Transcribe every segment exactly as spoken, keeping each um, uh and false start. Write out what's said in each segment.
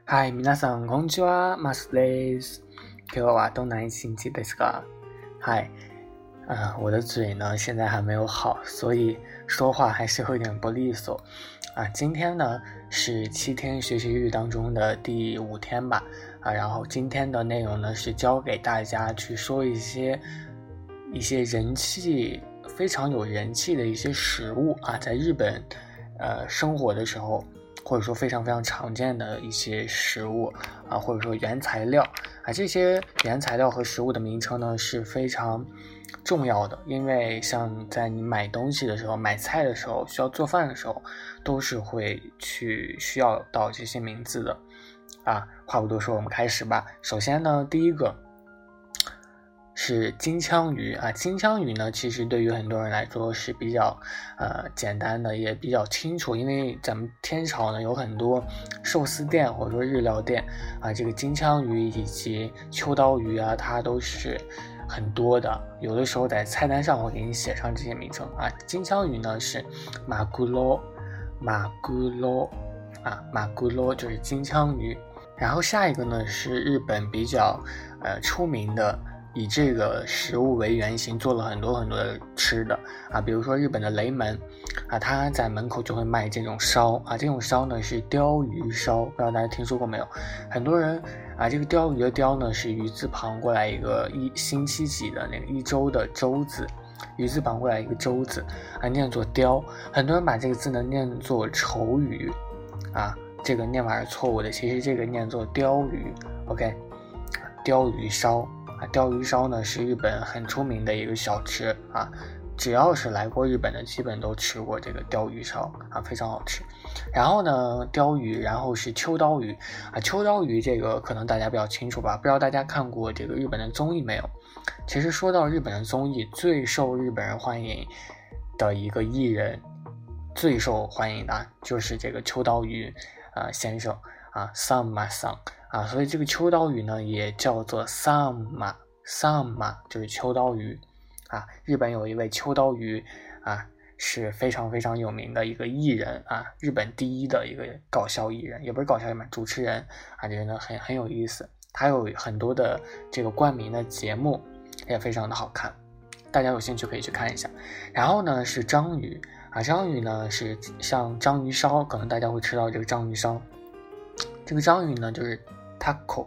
はい、皆さんこんにちは、マスです。今日はどんな一日ですか？嗨，呃，我的嘴呢现在还没有好，所以说话还是有点不利索啊。今天呢是七天学习日当中的第五天吧啊，然后今天的内容呢是教给大家去说一些一些人气非常有人气的一些食物啊，在日本呃生活的时候。或者说非常非常常见的一些食物啊，或者说原材料啊，这些原材料和食物的名称呢是非常重要的，因为像在你买东西的时候、买菜的时候、需要做饭的时候，都是会去需要到这些名字的啊。话不多说，我们开始吧。首先呢，第一个是金枪鱼啊，金枪鱼呢，其实对于很多人来说是比较呃简单的，也比较清楚，因为咱们天朝呢有很多寿司店或者说日料店啊，这个金枪鱼以及秋刀鱼啊，它都是很多的，有的时候在菜单上会给你写上这些名称啊。金枪鱼呢是马古罗，马古罗啊，马古罗就是金枪鱼。然后下一个呢是日本比较呃出名的。以这个食物为原型做了很多很多的吃的啊，比如说日本的雷门啊，他在门口就会卖这种烧啊，这种烧呢是鲷鱼烧，不知道大家听说过没有？很多人啊，这个鲷鱼的鲷呢是鱼字旁过来一个一星期几的那个一周的周字，鱼字旁过来一个周字啊，念作鲷，很多人把这个字呢念作丑语啊，这个念法是错误的，其实这个念作鲷鱼 ，OK， 鲷鱼烧。啊，鲷鱼烧呢是日本很出名的一个小吃啊，只要是来过日本的，基本都吃过这个鲷鱼烧啊，非常好吃。然后呢，鲷鱼，然后是秋刀鱼啊，秋刀鱼这个可能大家比较清楚吧？不知道大家看过这个日本的综艺没有？其实说到日本的综艺，最受日本人欢迎的一个艺人，最受欢迎的就是这个秋刀鱼啊、呃、先生啊，桑马桑。啊，所以这个秋刀鱼呢也叫做桑马，桑马就是秋刀鱼啊。日本有一位秋刀鱼啊，是非常非常有名的一个艺人啊，日本第一的一个搞笑艺人，也不是搞笑艺人，主持人啊，这人呢很很有意思，他有很多的这个冠名的节目，也非常的好看，大家有兴趣可以去看一下。然后呢是章鱼啊，章鱼呢是像章鱼烧，可能大家会吃到这个章鱼烧，这个章鱼呢就是taco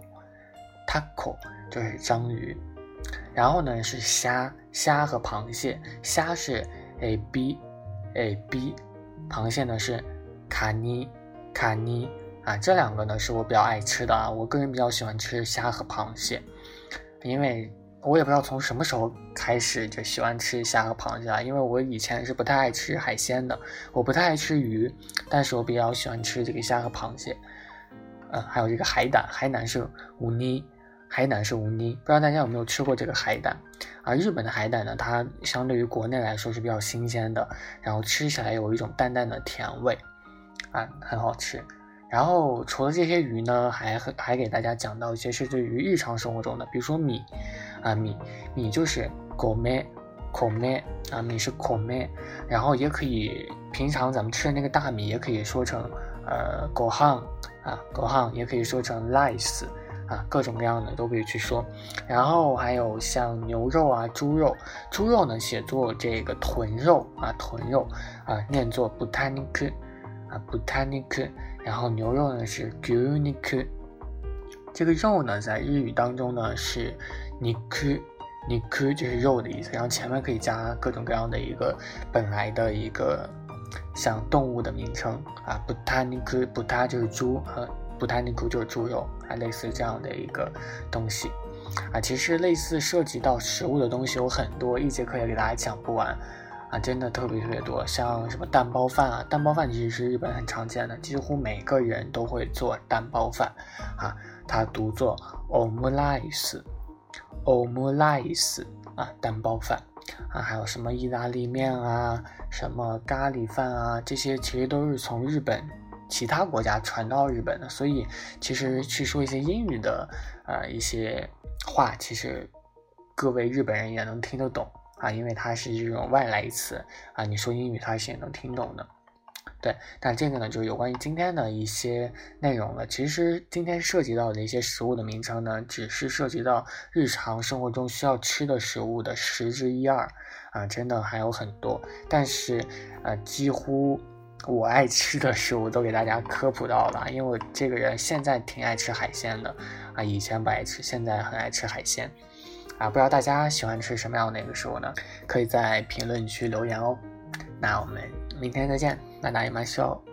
taco 就是章鱼，然后呢是虾虾和螃蟹，虾是 a b a b， 螃蟹呢是卡尼卡尼啊，这两个呢是我比较爱吃的啊，我个人比较喜欢吃虾和螃蟹，因为我也不知道从什么时候开始就喜欢吃虾和螃蟹啊，因为我以前是不太爱吃海鲜的，我不太爱吃鱼，但是我比较喜欢吃这个虾和螃蟹。呃，还有这个海胆，海胆是乌尼，海胆是乌尼，不知道大家有没有吃过这个海胆啊？日本的海胆呢，它相对于国内来说是比较新鲜的，然后吃起来有一种淡淡的甜味，啊，很好吃。然后除了这些鱼呢，还还给大家讲到一些是对于日常生活中的，比如说米啊，米米就是狗麦口麦啊，米是口麦，然后也可以平常咱们吃的那个大米也可以说成呃狗汉啊，狗汉也可以说成 rice 啊，各种各样的都可以去说。然后还有像牛肉啊、猪肉，猪肉呢写作这个豚肉啊，豚肉啊念作 butaniku 啊 butaniku， 然后牛肉呢是 gyuniku， 这个肉呢在日语当中呢是 niku。尼克就是肉的意思，然后前面可以加各种各样的一个本来的一个像动物的名称啊，布塔尼克，布塔就是猪，呃，布塔尼克就是猪肉啊，类似这样的一个东西啊。其实类似涉及到食物的东西有很多，一节课也给大家讲不完啊，真的特别特别多。像什么蛋包饭啊，蛋包饭其实是日本很常见的，几乎每个人都会做蛋包饭啊，它读作 omelette。omelette 啊，蛋包饭啊，还有什么意大利面啊，什么咖喱饭啊，这些其实都是从日本其他国家传到日本的，所以其实去说一些英语的呃一些话，其实各位日本人也能听得懂啊，因为它是这种外来词啊，你说英语它是也能听懂的。 对，那这个呢，就是有关于今天的一些内容了。其实今天涉及到的一些食物的名称呢，只是涉及到日常生活中需要吃的食物的十之一二啊，真的还有很多。但是，呃，几乎我爱吃的食物都给大家科普到了，因为我这个人现在挺爱吃海鲜的啊，以前不爱吃，现在很爱吃海鲜啊。不知道大家喜欢吃什么样的一个食物呢？可以在评论区留言哦。那我们明天再见，那大家晚安。